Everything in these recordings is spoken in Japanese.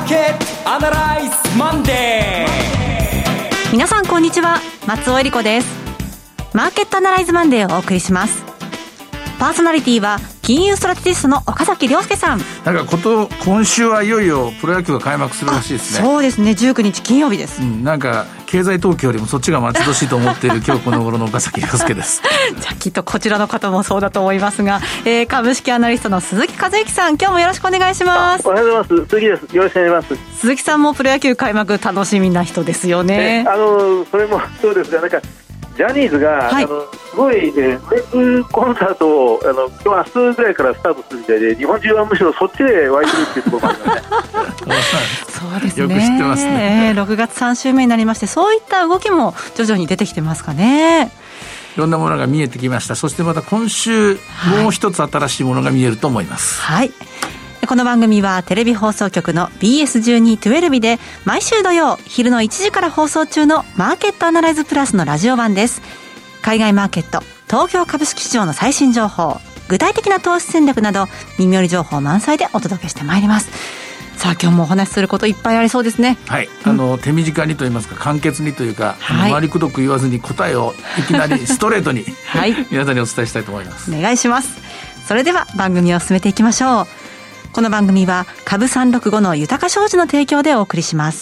ーケットアナライズマンデー。 皆さんこんにちは、松尾恵理子です。マーケットアナライズマンデーをお送りします。パーソナリティは金融ストラテジストの岡崎亮介さん。 なんか今週はいよいよプロ野球が開幕するらしいですね。 そうですね、19日金曜日です、 なんか経済統計よりもそっちが待ち遠しいと思っている今日この頃の岡崎亮介ですじゃあきっとこちらの方もそうだと思いますが、株式アナリストの鈴木和之さん、今日もよろしくお願いします。 おはようございます。鈴木です。よろしくお願いします。 鈴木さんもプロ野球開幕楽しみな人ですよね。 それもそうですが、なんかジャニーズが、すごい、メイクコンサートを今日明日ぐらいからスタートするみたいで、日本中はむしろそっちで湧いてるっていうところもありますねそうですね、 よく知ってますね、 6月3週目になりまして、そういった動きも徐々に出てきてますかね。 いろんなものが見えてきました。そしてまた今週もう一つ新しいものが見えると思います。 はい、この番組はテレビ放送局の BS12-12 で毎週土曜昼の1時から放送中のマーケットアナライズプラスのラジオ版です。海外マーケット、東京株式市場の最新情報、具体的な投資戦略など耳寄り情報満載でお届けしてまいります。さあ今日もお話しすることいっぱいありそうですね。 はい、手短にといいますか簡潔にというか、回りくどく言わずに答えをいきなりストレートに、はい、皆さんにお伝えしたいと思います。 お願いします。それでは番組を進めていきましょう。この番組は株365の豊か商事の提供でお送りします。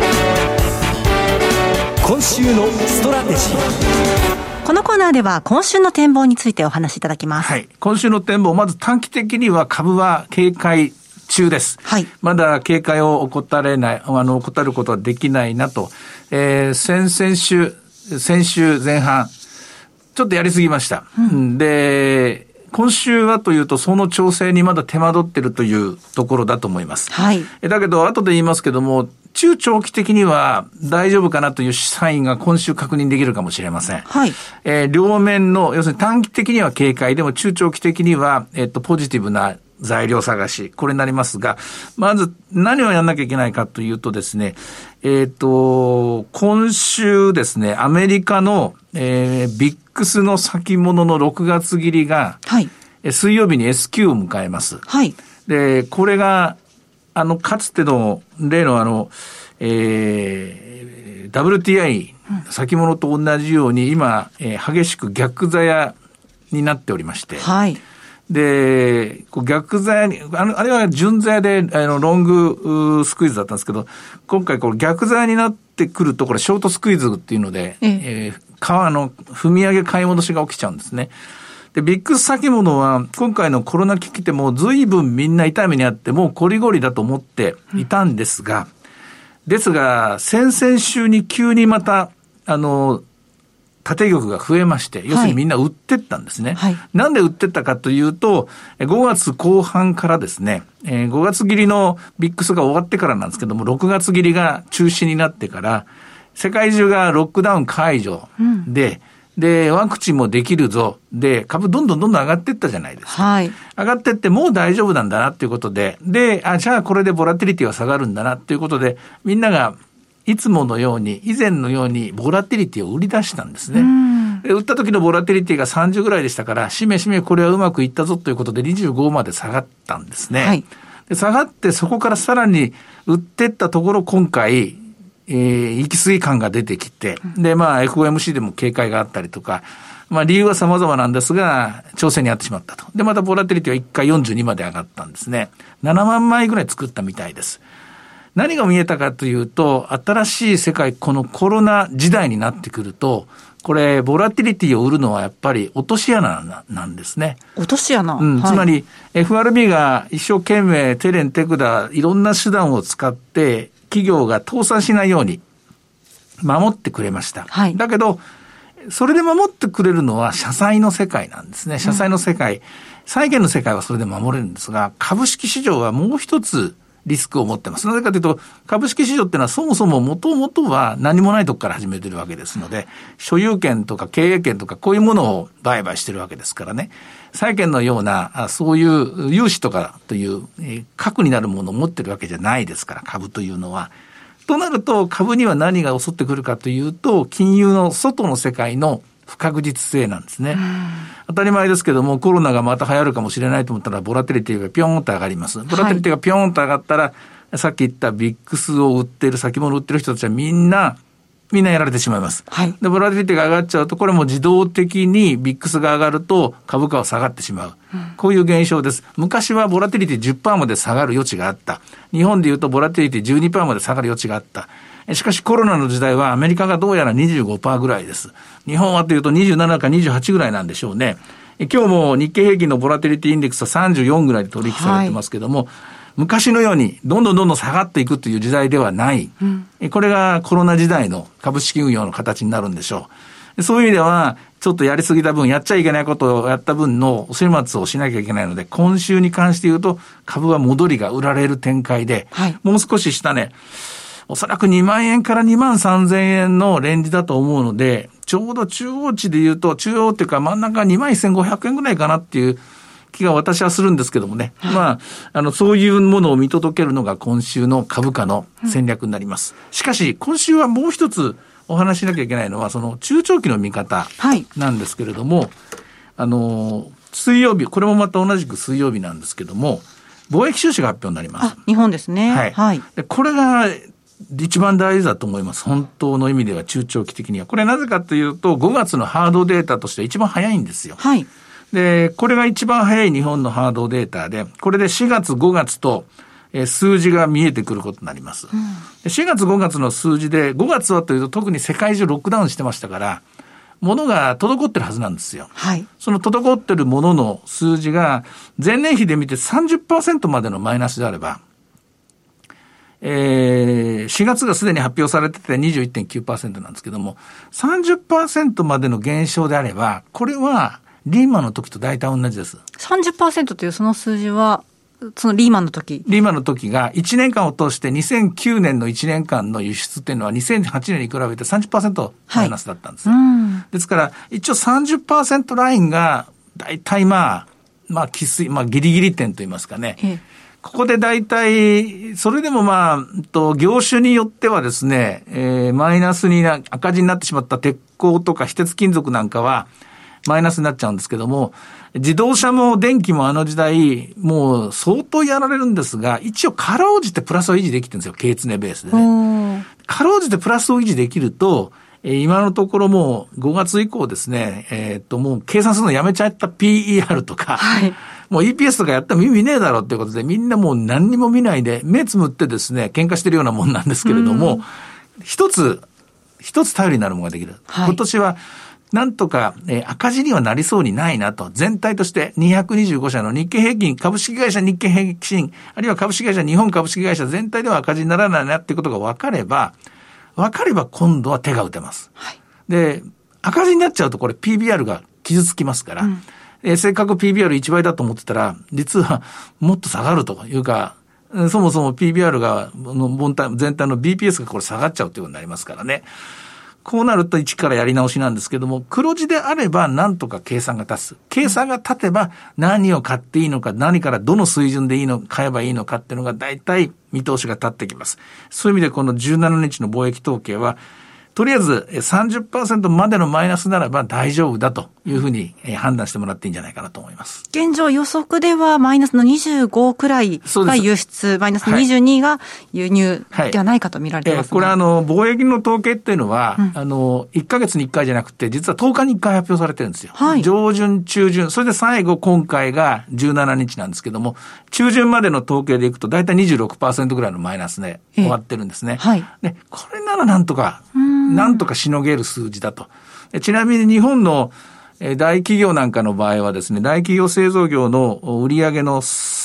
今週のストラテジー。 このコーナーでは今週の展望についてお話しいただきます。 はい、今週の展望、まず短期的には株は警戒中です。 はい、 まだ警戒を怠ることはできないなと、先週前半ちょっとやりすぎました、で今週はというとその調整にまだ手間取っているというところだと思います。 はい、 だけど後で言いますけども、中長期的には大丈夫かなというサインが今週確認できるかもしれません。 はい、 両面の要するに短期的には警戒でも中長期的には、ポジティブな材料探し、これになりますが、まず何をやんなきゃいけないかというとですね、今週ですね、アメリカの、ビックスの先物の6月切りが、はい、水曜日に S q を迎えます。 はい、 で、これがかつての例のWTI 先物と同じように今、激しく逆ざやになっておりまして、 はい、 で、逆ざやに、あれは順ざやで、ロングスクイーズだったんですけど、今回これ逆ざやになってくると、これショートスクイーズっていうので、踏み上げ買い戻しが起きちゃうんですね。で、ビックス先物は今回のコロナ危機でも随分みんな痛い目にあってもうこりごりだと思っていたんですが、先々週に急にまた、縦玉が増えまして、要するにみんな売ってったんですね。はい、なんで売ってったかというと、5月後半からですね、5月切りのビックスが終わってからなんですけども、6月切りが中止になってから、世界中がロックダウン解除で、で、ワクチンもできるぞ。で、株どんどん上がっていったじゃないですか。 はい。 上がっていってもう大丈夫なんだなっていうことで、で、じゃあこれでボラティリティは下がるんだなっていうことで、みんながいつものように、以前のようにボラティリティを売り出したんですね。で、売った時のボラティリティが30ぐらいでしたから、しめこれはうまくいったぞということで25まで下がったんですね。はい。で、下がってそこからさらに売っていったところ今回、行き過ぎ感が出てきて、で、FOMC でも警戒があったりとか、理由は様々なんですが、調整にあってしまったと。で、またボラティリティは1回42まで上がったんですね。7万枚ぐらい作ったみたいです。何が見えたかというと、新しい世界、このコロナ時代になってくると、これ、ボラティリティを売るのはやっぱり落とし穴なんですね。 落とし穴、 はい、つまり、FRB が一生懸命テレンテクダ、いろんな手段を使って、企業が倒産しないように守ってくれました。はい、だけど、それで守ってくれるのは社債の世界なんですね。社債の世界、債券の世界はそれで守れるんですが、株式市場はもう一つリスクを持ってます。なぜかというと、株式市場ってのはそもそも元々は何もないとこから始めてるわけですので、所有権とか経営権とかこういうものを売買してるわけですからね。債券のような、そういう融資とかという、核になるものを持ってるわけじゃないですから、株というのは。となると、株には何が襲ってくるかというと、金融の外の世界の不確実性なんですね。当たり前ですけども、コロナがまた流行るかもしれないと思ったら、ボラティリティがピョーンと上がります。ボラティリティがピョーンと上がったら、 さっき言ったビックスを売ってる、先物売ってる人たちはみんなやられてしまいます。 はい。 で、ボラティリティが上がっちゃうと、これも自動的にビックスが上がると株価は下がってしまう。こういう現象です。昔はボラティリティ 10% まで下がる余地があった。日本で言うとボラティリティ 12% まで下がる余地があった。しかしコロナの時代はアメリカがどうやら 25% ぐらいです。日本はというと27か28ぐらいなんでしょうね。今日も日経平均のボラティリティインデックスは34ぐらいで取引されてますけども、昔のようにどんどん下がっていくという時代ではない。これがコロナ時代の株式運用の形になるんでしょう。そういう意味では、ちょっとやりすぎた分、やっちゃいけないことをやった分の始末をしなきゃいけないので、今週に関して言うと、株は戻りが売られる展開で、もう少し下ね、おそらく2万円から2万3000円のレンジだと思うので、ちょうど中央値で言うと、中央っていうか真ん中2万1500円ぐらいかなっていう気が私はするんですけどもね。そういうものを見届けるのが今週の株価の戦略になります。しかし、今週はもう一つお話しなきゃいけないのは、その中長期の見方なんですけれども、水曜日、これもまた同じく水曜日なんですけども、貿易収支が発表になります。 日本ですね。 で、これが一番大事だと思います。本当の意味では中長期的には。これなぜかというと、5月のハードデータとしては一番早いんですよ。で、これが一番早い日本のハードデータで、これで4月5月と、数字が見えてくることになります。4月5月の数字で、5月はというと特に世界中ロックダウンしてましたから、物が滞ってるはずなんですよ。その滞ってるものの数字が前年比で見て 30% までのマイナスであれば、4月がすでに発表されてて 21.9% なんですけども、30% までの減少であれば、これはリーマンの時と大体同じです。 30% というその数字は、そのリーマンの時が1年間を通して2009年の1年間の輸出っていうのは2008年に比べて 30% マイナスだったんですよ。ですから一応 30% ラインが大体ギリギリ点と言いますかね。ここで大体、それでも業種によってはですね、マイナスに赤字になってしまった鉄鋼とか非鉄金属なんかはマイナスになっちゃうんですけども、自動車も電気もあの時代、もう相当やられるんですが、一応かろうじてプラスを維持できてるんですよ、経常ベースでね。かろうじてプラスを維持できると、今のところもう5月以降ですね、もう計算するのやめちゃった PER とか、もう EPS とかやったら意味ねえだろうっていうことで、みんなもう何にも見ないで、目つむってですね、喧嘩してるようなもんなんですけれども、一つ頼りになるものができる。今年は、なんとか、赤字にはなりそうにないなと、全体として225社の日経平均、株式会社日経平均、あるいは株式会社日本株式会社全体では赤字にならないなっていうことが分かれば今度は手が打てます。で、赤字になっちゃうとこれ PBR が傷つきますから、せっかく PBR1 倍だと思ってたら、実はもっと下がるというか、そもそも PBR が、全体の BPS がこれ下がっちゃうということになりますからね。こうなると一からやり直しなんですけども、黒字であればなんとか計算が立つ。計算が立てば何を買っていいのか、何からどの水準で買えばいいのかっていうのが大体見通しが立ってきます。そういう意味でこの17日の貿易統計は、とりあえず 30% までのマイナスならば大丈夫だというふうに判断してもらっていいんじゃないかなと思います。 現状予測ではマイナスの25くらいが輸出、マイナスの22が輸入ではないかと見られています、 これ貿易の統計っていうのは、1ヶ月に1回じゃなくて、実は10日に1回発表されてるんですよ。上旬、中旬、それで最後今回が17日なんですけども、中旬までの統計でいくと大体 26% ぐらいのマイナスで終わってるんですね。で、これならなんとかしのげる数字だと。ちなみに日本の大企業なんかの場合はですね、大企業製造業の売上の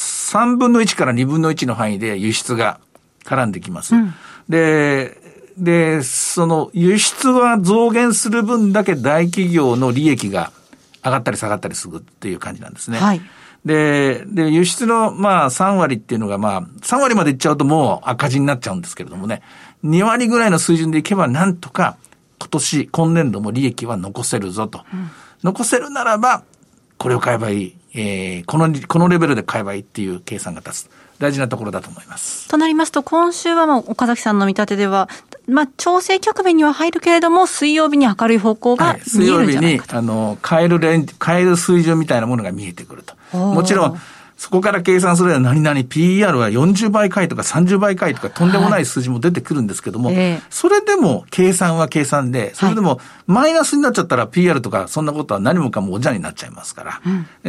3分の1から2分の1の範囲で輸出が絡んできます。で、その輸出は増減する分だけ大企業の利益が上がったり下がったりするっていう感じなんですね。で、輸出の3割っていうのが3割までいっちゃうともう赤字になっちゃうんですけれどもね、2割ぐらいの水準でいけばなんとか今年度も利益は残せるぞと。残せるならば、これを買えばいい。このレベルで買えばいいっていう計算が立つ。大事なところだと思います。 となりますと、今週は岡崎さんの見立てでは、調整局面には入るけれども、水曜日に明るい方向が見えるんじゃないかと。 水曜日に、買える水準みたいなものが見えてくると。もちろん、 そこから計算すると何々 PER は40倍回とか30倍回とかとんでもない数字も出てくるんですけども、それでも計算は計算で、それでもマイナスになっちゃったら PR とかそんなことは何もかもおじゃになっちゃいますから、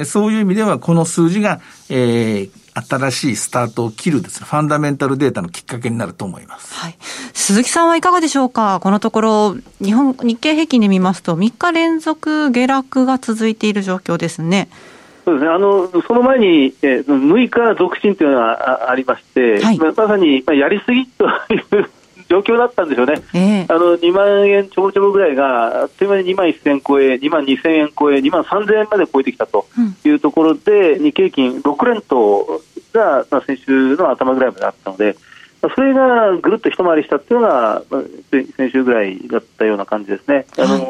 そういう意味ではこの数字が、新しいスタートを切るですね、ファンダメンタルデータのきっかけになると思います。 はい。鈴木さんはいかがでしょうか。このところ日経平均で見ますと3日連続下落が続いている状況ですね。 そうですね、その前に、6日続伸というのがありまして、はい、まさに、やりすぎという状況だったんでしょうね。2万円ちょぼちょぼぐらいがあっという間に2万1000超え、2万2000円超え、2万3000円まで超えてきたというところで、日経平均6連投が、先週の頭ぐらいまであったので、それがぐるっと一回りしたっていうのが、先週ぐらいだったような感じですね。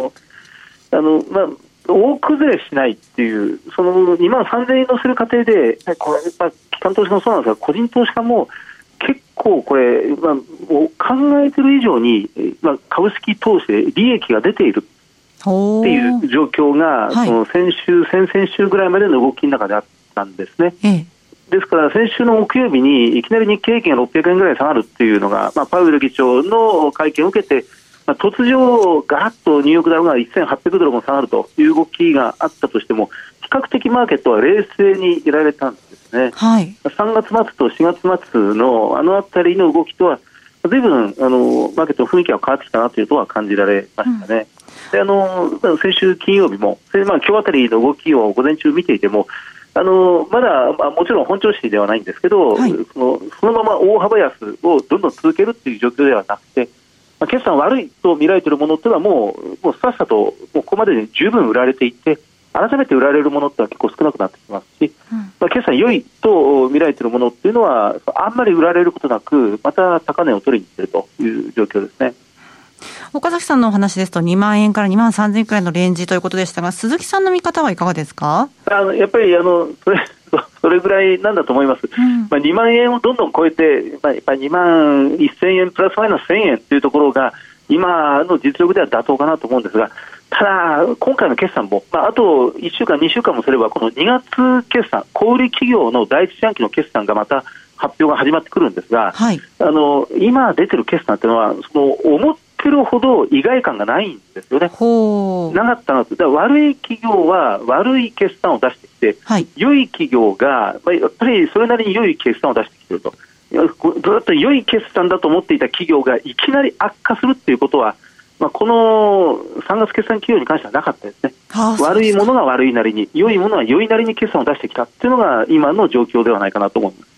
大崩れしないっていう、その2万3000円乗せる過程で、これ、機関投資家もそうなんですが、個人投資家も結構これ、考えてる以上に、株式投資で利益が出ているっていう状況が、その先々週ぐらいまでの動きの中であったんですね。ですから先週の木曜日にいきなり日経平均が600円ぐらい下がるっていうのが、パウエル議長の会見を受けて、突如ガラッとニューヨークダウが1800ドルも下がるという動きがあったとしても、比較的マーケットは冷静にいられたんですね。3月末と4月末のあたりの動きとは随分マーケットの雰囲気が変わってきたなということは感じられましたね。で先週金曜日も今日あたりの動きを午前中見ていても、まだ、もちろん本調子ではないんですけど、そのまま大幅安をどんどん続けるという状況ではなくて、決算悪いと見られているものというのはもうさっさとここまでに十分売られていて、改めて売られるものってのは結構少なくなってきますし、決算良いと見られているものっていうのはあんまり売られることなく、また高値を取りにいっているという状況ですね。 岡崎さんのお話ですと2万円から2万3000円くらいのレンジということでしたが、鈴木さんの見方はいかがですか。 やっぱりそれぐらいなんだと思います。2万円をどんどん超えて、やっぱり2万1000円プラスマイナス1000円というところが今の実力では妥当かなと思うんですが、ただ今回の決算も、あと1週間2週間もすればこの2月決算、小売企業の第一四半期の決算がまた発表が始まってくるんですが、今出てる決算というのは思ってるほど意外感がないんですよね。なかったなと。だから悪い企業は悪い決算を出してきて、良い企業がやっぱりそれなりに良い決算を出してきていると。ずっと良い決算だと思っていた企業がいきなり悪化するっていうことは、この3月決算企業に関してはなかったですね。悪いものが悪いなりに、良いものは良いなりに決算を出してきたっていうのが今の状況ではないかなと思います。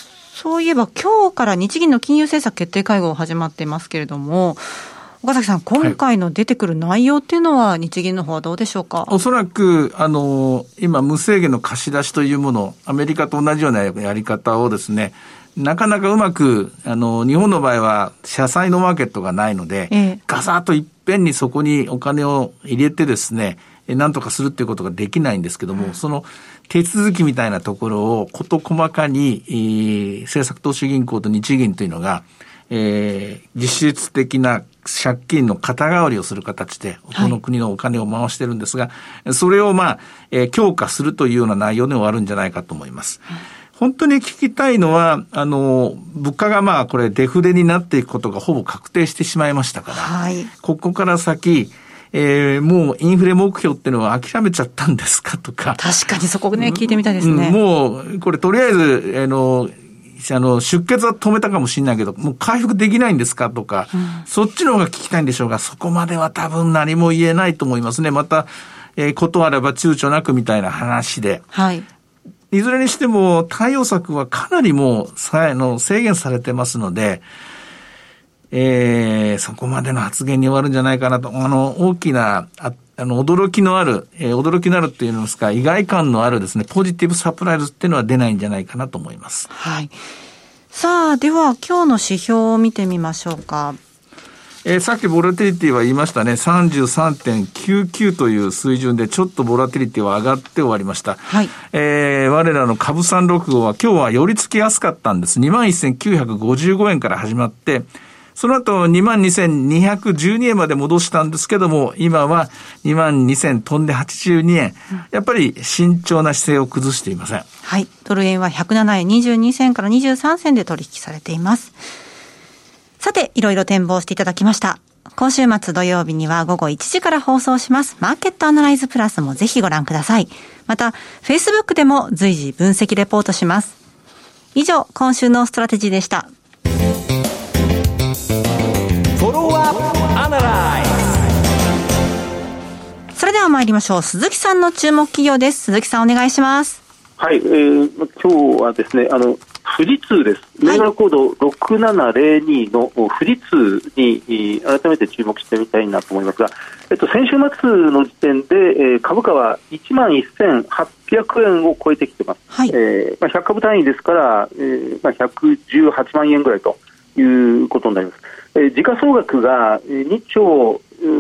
そういえば今日から日銀の金融政策決定会合始まっていますけれども、岡崎さん、今回の出てくる内容っていうのは日銀の方はどうでしょうか。 おそらく今無制限の貸し出しというもの、アメリカと同じようなやり方をですね、なかなかうまく日本の場合は社債のマーケットがないので、ガサッといっぺんにそこにお金を入れてですね、なんとかするっていうことができないんですけども、その手続きみたいなところを事細かに、政策投資銀行と日銀というのが、実質的な借金の肩代わりをする形でこの国のお金を回してるんですが、それを強化するというような内容で終わるんじゃないかと思います。本当に聞きたいのは物価がこれデフレになっていくことがほぼ確定してしまいましたから、ここから先もうインフレ目標っていうのは諦めちゃったんですかとか。 確かにそこね、聞いてみたいですね。 もうこれとりあえず出血は止めたかもしれないけど、もう回復できないんですかとか、そっちの方が聞きたいんでしょうが、そこまでは多分何も言えないと思いますね。また、ことあれば躊躇なくみたいな話で。いずれにしても対応策はかなりもう制限されてますので、そこまでの発言に終わるんじゃないかなと。大きな驚きのあるっていうんですか、意外感のあるですね、ポジティブサプライズっていうのは出ないんじゃないかなと思います。 さあ、では今日の指標を見てみましょうか。 さっきボラティリティは言いましたね。33.99 という水準でちょっとボラティリティは上がって終わりました。我らの株365は今日は寄り付きやすかったんです。21,955 円から始まって、 その後 22,212 円まで戻したんですけども、今は 22,000 飛んで82円。やっぱり慎重な姿勢を崩していません。 はい。ドル円は107円22銭から23銭で取引されています。さて、いろいろ展望していただきました。今週末土曜日には午後1時から放送しますマーケットアナライズプラスもぜひご覧ください。また Facebook でも随時分析レポートします。以上、今週のストラテジーでした。 フォローアップアナライズ。それでは参りましょう。鈴木さんの注目企業です。鈴木さんお願いします。 はい、今日はですね、富士通です。銘柄コード6702の富士通に改めて注目してみたいなと思いますが、先週末の時点で株価は 11,800 円を超えてきています。はい、100株単位ですから、118万円ぐらいということになります。時価総額が2兆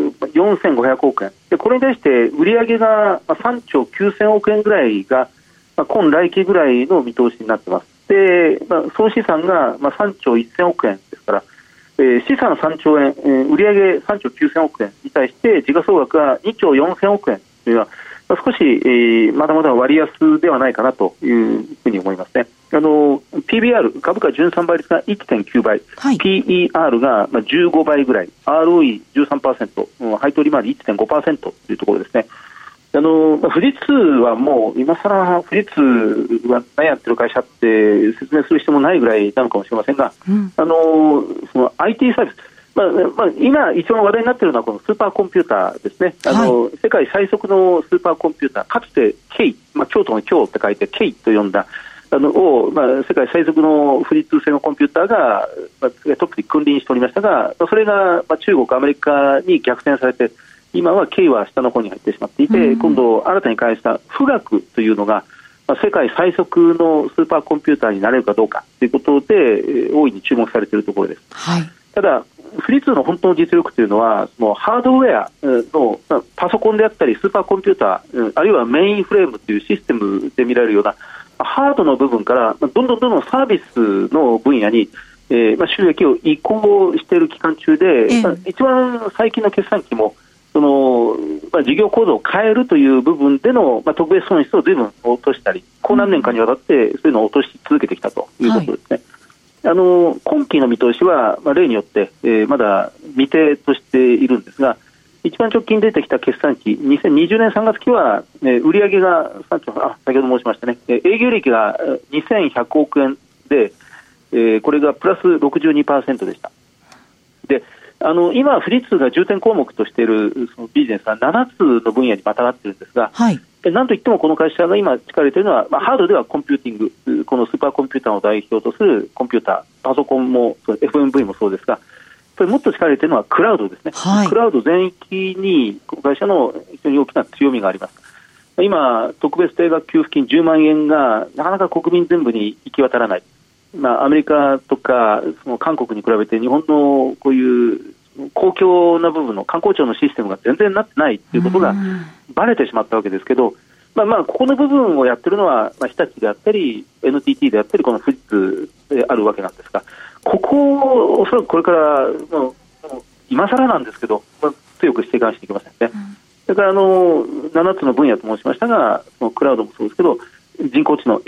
4500億円で、これに対して売上が3兆9000億円ぐらいが今来期ぐらいの見通しになっています。で、総資産が3兆1000億円ですから、資産3兆円、売上3兆9000億円に対して時価総額が2兆4000億円というのは、少し、まだまだ割安ではないかなというふうに思いますね。PBR 株価純算倍率が 1.9 倍、はい、PER が15倍ぐらい、ROE13%、配当利回り 1.5% というところですね。富士通はもう今更富士通は何やってる会社って説明する必要もないぐらいなのかもしれませんが、その IT サービス、今一番話題になっているのはこのスーパーコンピューターですね。はい、世界最速のスーパーコンピューター、かつて K、京都の京って書いて K と呼んだを、世界最速の富士通製のコンピューターが、トップに君臨しておりましたが、それが中国アメリカに逆転されて、今は K は下の方に入ってしまっていて、今度新たに開発した富岳というのが、世界最速のスーパーコンピューターになれるかどうかということで、大いに注目されているところです。はい、ただ富士通の本当の実力というのは、そのハードウェアのパソコンであったりスーパーコンピューター、あるいはメインフレームというシステムで見られるようなハードの部分からどんどんサービスの分野に収益を移行している期間中で、一番最近の決算期もその事業構造を変えるという部分での特別損失を随分落としたり、こう何年かにわたってそういうのを落とし続けてきたということですね。はい、今期の見通しは、例によって、まだ未定としているんですが、一番直近出てきた決算期2020年3月期は、売上が先ほど申しましたね、営業利益が2100億円で、これがプラス 62% でした。で、今富士通が重点項目としているそのビジネスは7つの分野にまたがっているんですが、はい、なんといってもこの会社が今力入れているのは、ハードではコンピューティング、このスーパーコンピューターを代表とするコンピューター、パソコンも FMV もそうですが、これもっと力入れているのはクラウドですね。はい、クラウド全域にこの会社の非常に大きな強みがあります。今特別定額給付金10万円がなかなか国民全部に行き渡らない。アメリカとかその韓国に比べて日本のこういう公共な部分の観光庁のシステムが全然なってないということがバレてしまったわけですけど、ここの部分をやってるのは、日立であったり NTT であったりこの富士通であるわけなんですが、ここをおそらくこれから今更なんですけど、強くしていかなきゃいけませんね。それから7つの分野と申しましたが、そのクラウドもそうですけど、人工知能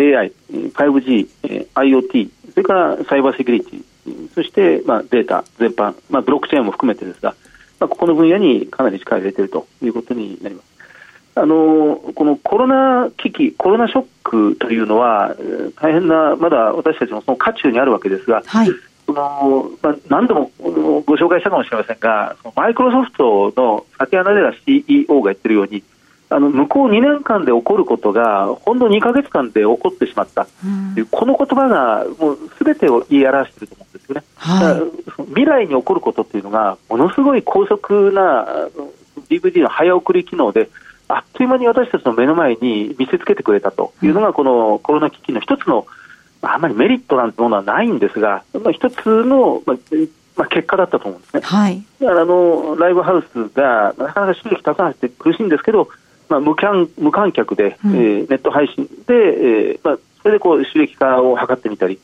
AI、5G、IoT、それからサイバーセキュリティ、そしてデータ全般、ブロックチェーンも含めてですが、ここの分野にかなり力を入れているということになります。このコロナ危機、コロナショックというのは大変な、まだ私たちもその渦中にあるわけですが、はい、何度もご紹介したかもしれませんが、マイクロソフトのサティア・ナデラ CEO が言っているように、向こう2年間で起こることがほんの2ヶ月間で起こってしまったという、この言葉がもう全てを言い表していると思うんですよね。はい、未来に起こることというのがものすごい高速な DVD の早送り機能であっという間に私たちの目の前に見せつけてくれたというのが、このコロナ危機の一つの、あまりメリットなんてものはないんですが、一つの、結果だったと思うんですね。はい、だからライブハウスがなかなか収益立たなくて苦しいんですけど、無観客で、ネット配信で、それでこう収益化を図ってみたり、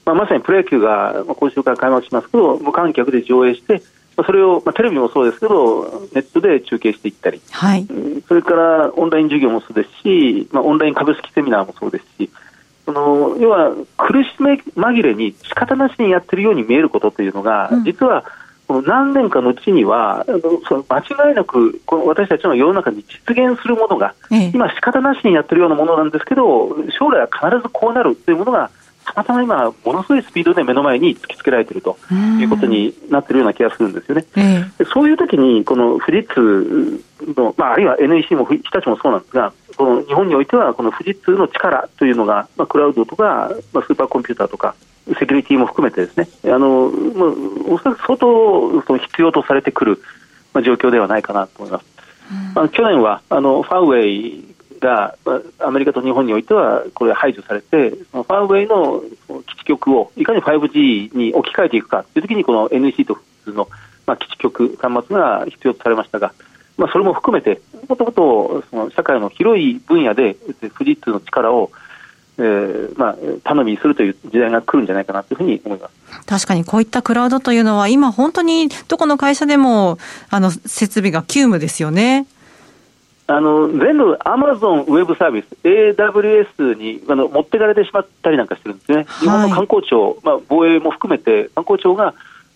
まさにプロ野球が今週から開幕しますけど、無観客で上映して、それを、テレビもそうですけどネットで中継していったり、はい、それからオンライン授業もそうですし、オンライン株式セミナーもそうですし、要は苦しめ紛れに仕方なしにやってるように見えることというのが、実はこの何年かのうちには間違いなくこの私たちの世の中に実現するものが、今仕方なしにやってるようなものなんですけど、将来は必ずこうなるというものがたまたま今ものすごいスピードで目の前に突きつけられているということになっているような気がするんですよね。そういう時にこの富士通の、あるいは NEC も日立もそうなんですが、この日本においてはこの富士通の力というのが、クラウドとか、スーパーコンピューターとかセキュリティも含めてですね、おそらく相当必要とされてくる、状況ではないかなと思います。去年はファーウェイがアメリカと日本においてはこれ排除されて、ファーウェイの基地局をいかに 5G に置き換えていくかという時にこの NEC と富士通の基地局端末が必要とされましたが、それも含めてもともと社会の広い分野で富士通の力を頼みにするという時代が来るんじゃないかなというふうに思います。 確かにこういったクラウドというのは今本当にどこの会社でも設備が急務ですよね。 全部 Amazon ウェブサービス AWS に持ってかれてしまったりなんかしてるんですね。日本の観光庁、防衛も含めて観光庁が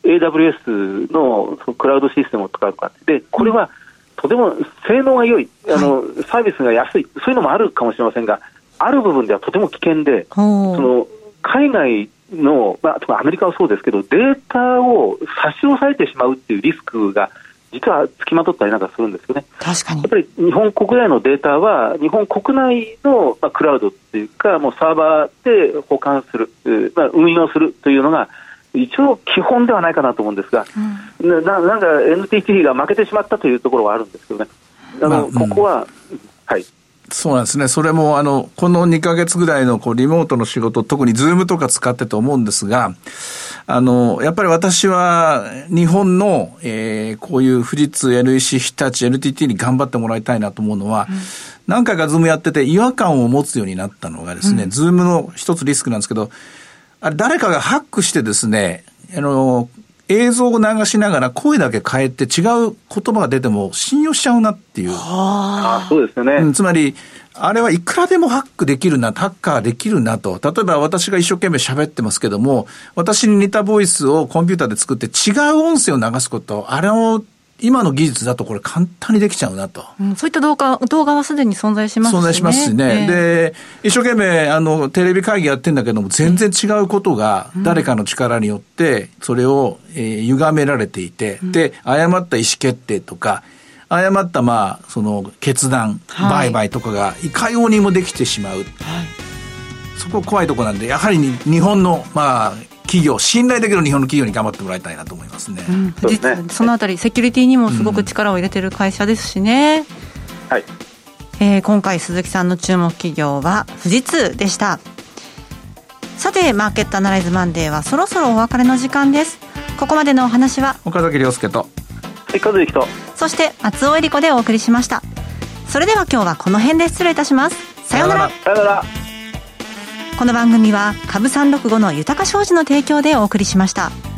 AWS のクラウドシステムを使うとかで、これはとても性能が良い、サービスが安い、そういうのもあるかもしれませんが、ある部分ではとても危険で、海外の、アメリカはそうですけど、データを差し押さえてしまうっていうリスクが実はつきまとったりなんかするんですよね。 確かに。 やっぱり日本国内のデータは日本国内の、クラウドっていうか、もうサーバーで保管する、運用するというのが一応基本ではないかなと思うんですが、なんか NTT が負けてしまったというところはあるんですけどね。ここは、はい。 そうなんですね。それもこの2ヶ月ぐらいのリモートの仕事、特にズームとか使ってと思うんですが、やっぱり私は日本の、こういう富士通、NEC、日立、NTT に頑張ってもらいたいなと思うのは、何回かズームやってて違和感を持つようになったのがですね、ズームの一つリスクなんですけど、誰かがハックしてですね、映像を流しながら声だけ変えて違う言葉が出ても信用しちゃうなっていう。 そうですよね。 つまり、あれはいくらでもハックできるな、ハッカーできるなと。例えば私が一生懸命喋ってますけども、私に似たボイスをコンピューターで作って違う音声を流すこと、あれを今の技術だとこれ簡単にできちゃうなと。 そういった動画はすでに存在しますしね。 存在しますしね。で、一生懸命テレビ会議やってんだけども、全然違うことが誰かの力によってそれを、歪められていて、で、誤った意思決定とか、誤ったその決断、売買とかがいかようにもできてしまう。そこ怖いところなんで、やはり日本の企業、信頼できる日本の企業に頑張ってもらいたいなと思いますね。 実はそのあたりセキュリティにもすごく力を入れている会社ですしね。 はい。 今回鈴木さんの注目企業は富士通でした。さて、マーケットアナライズマンデーはそろそろお別れの時間です。ここまでのお話は岡崎亮介と和之と、 そして松尾恵理子でお送りしました。それでは今日はこの辺で失礼いたします。さようなら。 さようなら。 この番組は株365の豊か商事の提供でお送りしました。